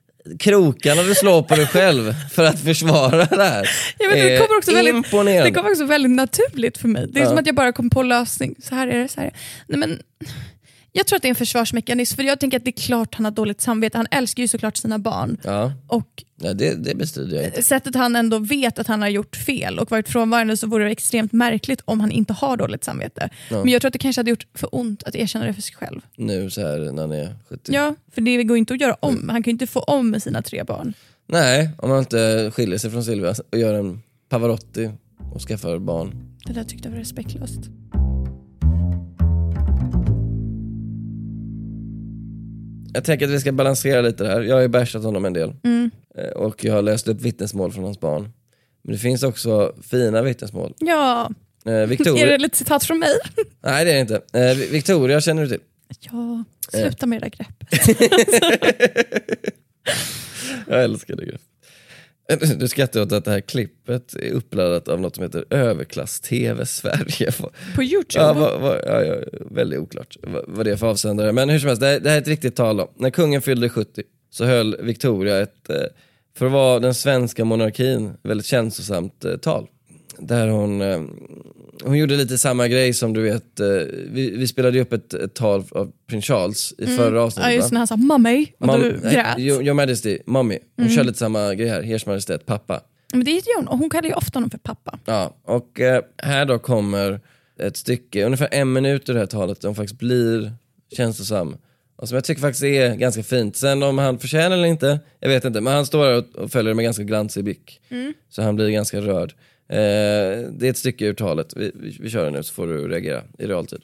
krokarna du slår på dig själv för att försvara det här. Jag vet, det kommer också väldigt, imponerande. Det kommer också väldigt naturligt för mig. Det är ja. som att jag bara kom på lösning. Så här är det, så här är det. Nej, men jag tror att det är en försvarsmekanism, för jag tänker att det är klart han har dåligt samvete. Han älskar ju såklart sina barn. Ja. Och ja, det, det bestrider jag inte. Sättet han ändå vet att han har gjort fel och varit frånvarande, så vore det extremt märkligt om han inte har dåligt samvete. Ja. Men jag tror att det kanske hade gjort för ont att erkänna det för sig själv. Nu så här när han är sjuttio. Ja, för det går inte att göra om. Han kan ju inte få om med sina tre barn. Nej, om man inte skiljer sig från Silvia och gör en Pavarotti och skaffar barn. Det där tyckte jag var respektlöst. jag tänker att vi ska balansera lite där. Jag har ju bärsat honom en del. Mm. Och jag har läst upp vittnesmål från hans barn. Men det finns också fina vittnesmål. Ja. Eh, Victoria... Är det lite citat från mig? Nej, det är det inte. Eh, Victoria känner du till? Ja, sluta med det där greppet. Jag älskar det greppet. Du skrattar åt att det här klippet är uppladdat av något som heter Överklass-T V Sverige. På YouTube? Ja, var, var, ja, ja, väldigt oklart vad, vad det är för avsändare. Men hur som helst, det här, det här är ett riktigt tal då. När kungen fyllde sjuttio så höll Victoria ett, för att vara den svenska monarkin, väldigt känslosamt tal. Där hon, hon gjorde lite samma grej som du vet, vi, vi spelade ju upp ett, ett tal av prins Charles i mm. förra avsnittet. Ja, just när han sa mommy och Mom, du grät. Your, your Majesty, mommy. Hon Mm. kör lite samma grej här, Ers Majestät, pappa. Men det är hon, och hon kallar ju ofta honom för pappa. Ja, och eh, här då kommer ett stycke, ungefär en minut ur det här talet, där hon faktiskt blir känslosam. Och som jag tycker faktiskt är ganska fint. Sen om han förtjänar eller inte, jag vet inte. Men han står här och följer med ganska glansig blick. Mm. Så han blir ganska rörd. Eh, det är ett stycke ur talet. Vi, vi, vi kör det nu så får du reagera i realtid.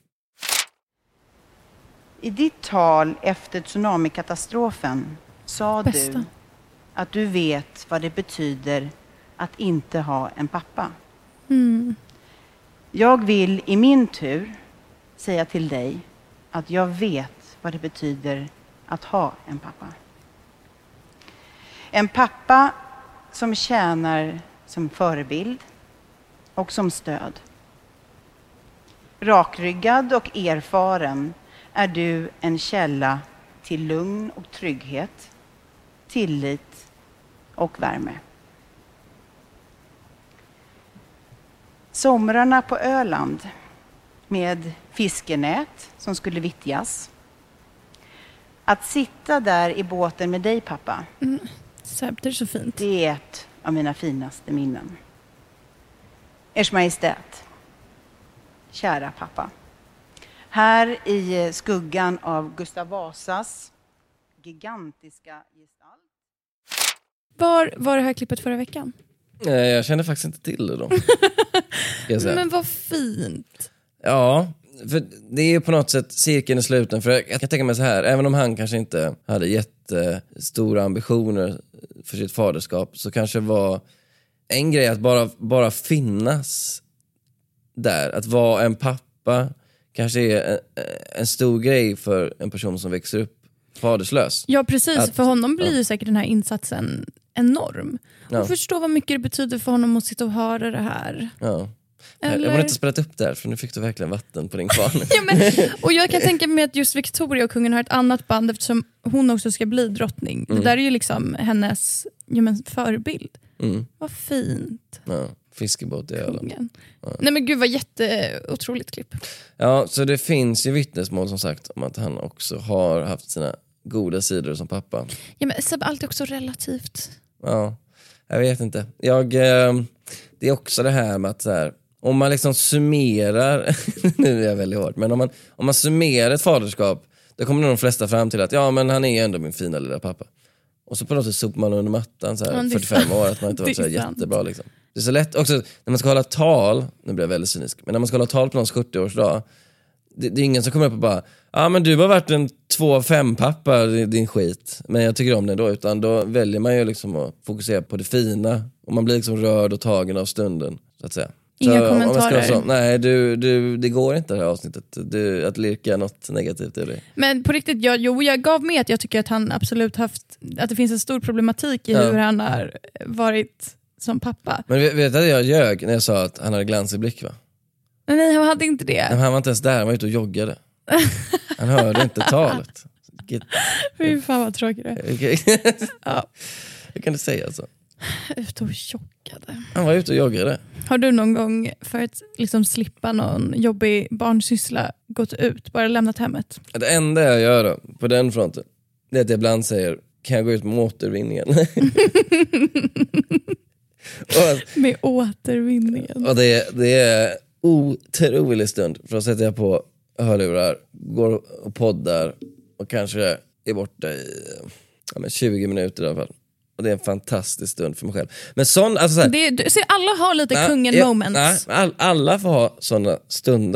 I ditt tal efter tsunamikatastrofen sa Bästa. du att du vet vad det betyder att inte ha en pappa. Mm. Jag vill i min tur säga till dig att jag vet vad det betyder att ha en pappa. En pappa som tjänar som förebild och som stöd. Rakryggad och erfaren är du en källa till lugn och trygghet, tillit och värme. Somrarna på Öland med fiskenät som skulle vittjas. Att sitta där i båten med dig, pappa. Mm. Seb, det är så fint. Det är ett av mina finaste minnen. Ers Majestät, kära pappa. Här i skuggan av Gustav Vasas gigantiska gestalt. Var var det här klippet förra veckan? Nej, jag kände faktiskt inte till det då. Ska jag säga. Men vad fint. Ja, för det är ju på något sätt cirkeln är sluten. För jag kan tänka mig så här, även om han kanske inte hade jättestora ambitioner för sitt faderskap, så kanske var en grej att bara, bara finnas där. Att vara en pappa kanske är en, en stor grej för en person som växer upp faderslös. Ja, precis. Att, för honom blir ja. ju säkert den här insatsen enorm. Ja. Och förstå vad mycket det betyder för honom att sitta och höra det här. Ja. Eller... Jag har inte spelat upp där, för nu fick du verkligen vatten på din kvarn. Ja, men, och jag kan tänka mig att just Victoria och kungen har ett annat band, eftersom hon också ska bli drottning. Mm. Det där är ju liksom hennes ja, men, förebild. Mm. Vad fint. Ja, fiskebåt i Öland. Ja. Nej men gud, vad jätteotroligt klipp. Ja, så det finns ju vittnesmål som sagt om att han också har haft sina goda sidor som pappa. Ja, men Seb, allt är också relativt. Ja, jag vet inte. Jag, eh, det är också det här med att så här, om man liksom summerar, nu är jag väldigt hård, men om man, om man summerar ett faderskap, då kommer nog de flesta fram till att ja, men han är ändå min fina lilla pappa. Och så på något sätt sopar man under mattan så här, ja, fyrtiofem år, att man inte varit så här jättebra liksom. Det är så lätt också, när man ska hålla tal, nu blir jag väldigt cynisk, men när man ska hålla tal på någons sjuttioårsdag, det, det är ingen som kommer upp och bara, ja men du har varit en två av fem pappa, din skit, men jag tycker om det då, utan då väljer man ju liksom att fokusera på det fina, och man blir liksom rörd och tagen av stunden, så att säga. Inga så, kommentarer. Så, nej, du, du, det går inte det här avsnittet du, att lirka något negativt i det. Men på riktigt, jag, jo, jag gav med att jag tycker att han absolut haft, att det finns en stor problematik i ja. hur han har varit som pappa. Men vet, vet du att jag ljög när jag sa att han hade glansig blick, va? Nej, han hade inte det. Men han var inte ens där, han var ute och joggade. Han hörde inte talet. Fy fan vad tråkigt det. Okay. Ja. Hur kan du säga så? Ute och joggade. Han var ute och joggade. Har du någon gång för att liksom slippa någon jobbig barnsyssla gått ut, bara lämnat hemmet? Det enda jag gör då, på den fronten, det är att jag ibland säger, kan jag gå ut med återvinningen? och, med återvinningen. Och det, det är otrolig stund. För då sätter jag på hörlurar, går och poddar och kanske är borta i ja, men tjugo minuter i alla fall. Och det är en fantastisk stund för mig själv. Men sån, alltså så här, det, du, så alla har lite nej, kungen ja, moments. Nej, all, alla får ha såna stunder.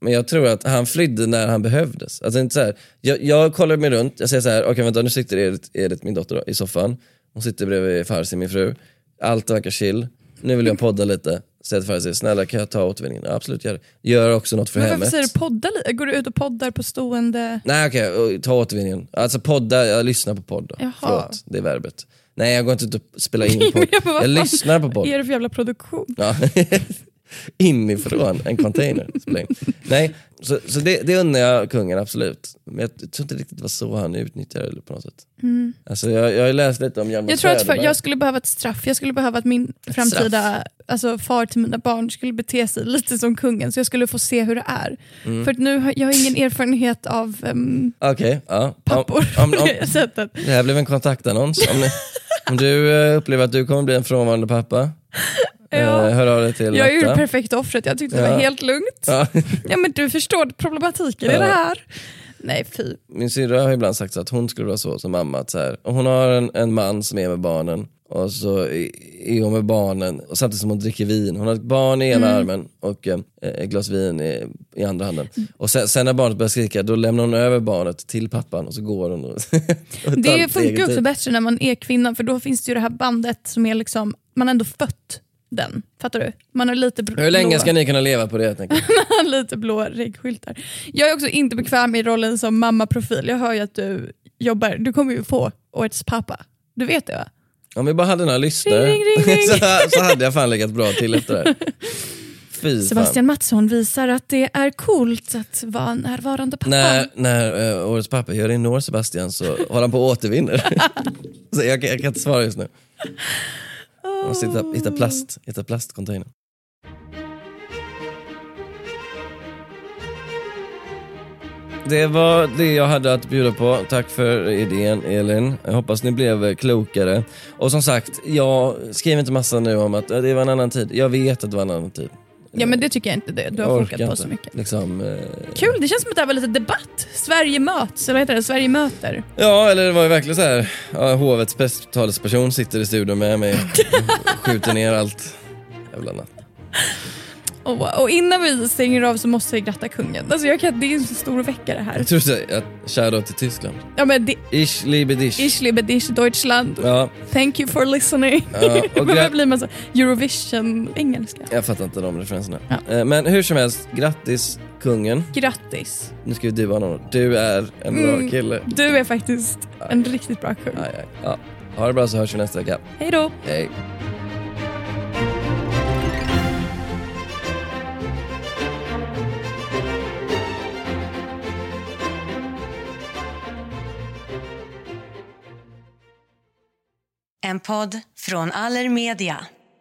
Men jag tror att han flydde när han behövdes. Alltså inte så här, jag, jag kollar mig runt, jag säger så här, okej okay, vänta, nu sitter Edith, Edith min dotter då, i soffan. Hon sitter bredvid Farsi, min fru. Allt verkar chill. Nu vill jag podda lite. Säger Farsi, snälla kan jag ta återvinningen? Ja, absolut, gör det. Gör också något för men hemmet. varför säger du podda lite? Går du ut och poddar på stående? Nej okej, okay, ta återvinningen. Alltså podda, jag lyssnar på podd då. Jaha. Förlåt, det är verbet. Nej jag går inte ut och spelar in podd. jag, jag lyssnar på podd. Är det för jävla produktion? Ja. Inifrån en container. Nej, så, så det, det undrar jag kungen absolut. Men jag tror inte riktigt vad så han utnyttjar det på något sätt. Mm. Alltså jag, jag har läst lite om Hjalmar Jag tror att för, Söderberg. jag skulle behöva ett straff. Jag skulle behöva att min framtida alltså far till mina barn skulle bete sig lite som kungen. Så jag skulle få se hur det är. Mm. För att nu har jag har ingen erfarenhet av um, okay, ja. pappor om, om, om, på det sättet. Det här blev en kontaktannons. Om, ni, om du uh, upplever att du kommer bli en frånvarande pappa. Ja. Hör av dig till jag är ju Lotta. det perfekta offret. Jag tyckte ja. det var helt lugnt. Ja, ja men du förstår problematiken i ja. det här. Nej, fy. Min syrra har ibland sagt så att hon skulle vara så som mamma. Att så här, hon har en, en man som är med barnen. Och så är hon med barnen. Och samtidigt som hon dricker vin. Hon har ett barn i ena mm. armen. Och eh, ett glas vin i, i andra handen. Och sen, sen när barnet börjar skrika. Då lämnar hon över barnet till pappan. Och så går hon. Och, och det funkar också bättre när man är kvinna. För då finns det ju det här bandet som är liksom. Man har ändå fött den, fattar du? Man har lite blå. Hur länge ska ni kunna leva på det? Jag tänker. Man har lite blå reggskyltar. Jag är också inte bekväm i rollen som mammaprofil. Jag hör ju att du jobbar. Du kommer ju få årets pappa. Du vet det va? Om vi bara hade några lyssnare ring, ring, ring, ring. så, så hade jag fan legat bra till efter det. Fy Sebastian Mattsson visar att det är coolt att vara närvarande pappa. När, när uh, årets pappa gör det når Sebastian så håller han på att återvinner. Så jag, jag kan inte svara just nu. Man måste hitta, hitta plast, hitta plastcontainer. Det var det jag hade att bjuda på. Tack för idén, Elin. Jag hoppas ni blev klokare. Och som sagt, jag skriver inte massa nu om att det var en annan tid. Jag vet att det var en annan tid. Ja men det tycker jag inte det. Du har folkat på inte. Så mycket. Liksom, eh... Kul, det känns som att det var lite debatt. Sverige möts, eller vad heter det? Sverige möter. Ja, eller det var ju verkligen så här. Ja, hovets talesperson sitter i studion med mig och skjuter ner allt. Jävla natt. Och, och innan vi stänger av så måste vi gratta kungen. Alltså jag kan, det är en så stor vecka det här. Jag tror så att shoutout till Tyskland. Ja men det, Ich liebe dich. Ich liebe dich Deutschland. Ja. Thank you for listening. Ja, och gra- blir man så Eurovision engelska. Jag fattar inte de referenserna. Ja. Men hur som helst, grattis kungen. Grattis. Nu ska vi duva honom. Du är en bra mm, kille. Du är faktiskt aj. en riktigt bra kung. Aj, aj. Ja. Ha det bra så hörs vi nästa vecka. Hej då. Hej. En podd från Allermedia.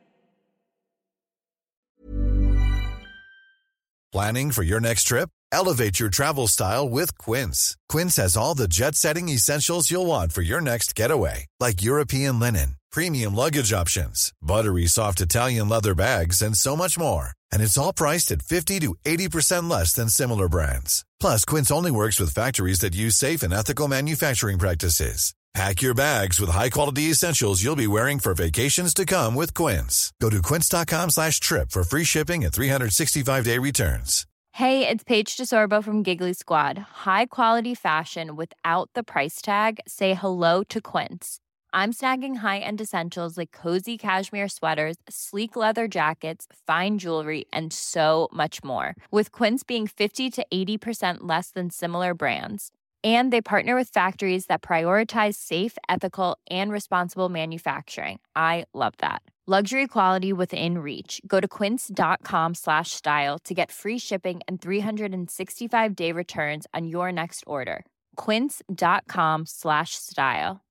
Planning for your next trip? Elevate your travel style with Quince. Quince has all the jet-setting essentials you'll want for your next getaway, like European linen, premium luggage options, buttery soft Italian leather bags, and so much more. And it's all priced at fifty to eighty percent less than similar brands. Plus, Quince only works with factories that use safe and ethical manufacturing practices. Pack your bags with high-quality essentials you'll be wearing for vacations to come with Quince. Go to quince.com slash trip for free shipping and three sixty-five day returns. Hey, it's Paige DeSorbo from Giggly Squad. High quality fashion without the price tag. Say hello to Quince. I'm snagging high-end essentials like cozy cashmere sweaters, sleek leather jackets, fine jewelry, and so much more. With Quince being fifty to eighty percent less than similar brands. And they partner with factories that prioritize safe, ethical, and responsible manufacturing. I love that. Luxury quality within reach. Go to quince.com slash style to get free shipping and three sixty-five day returns on your next order. Quince.com slash style.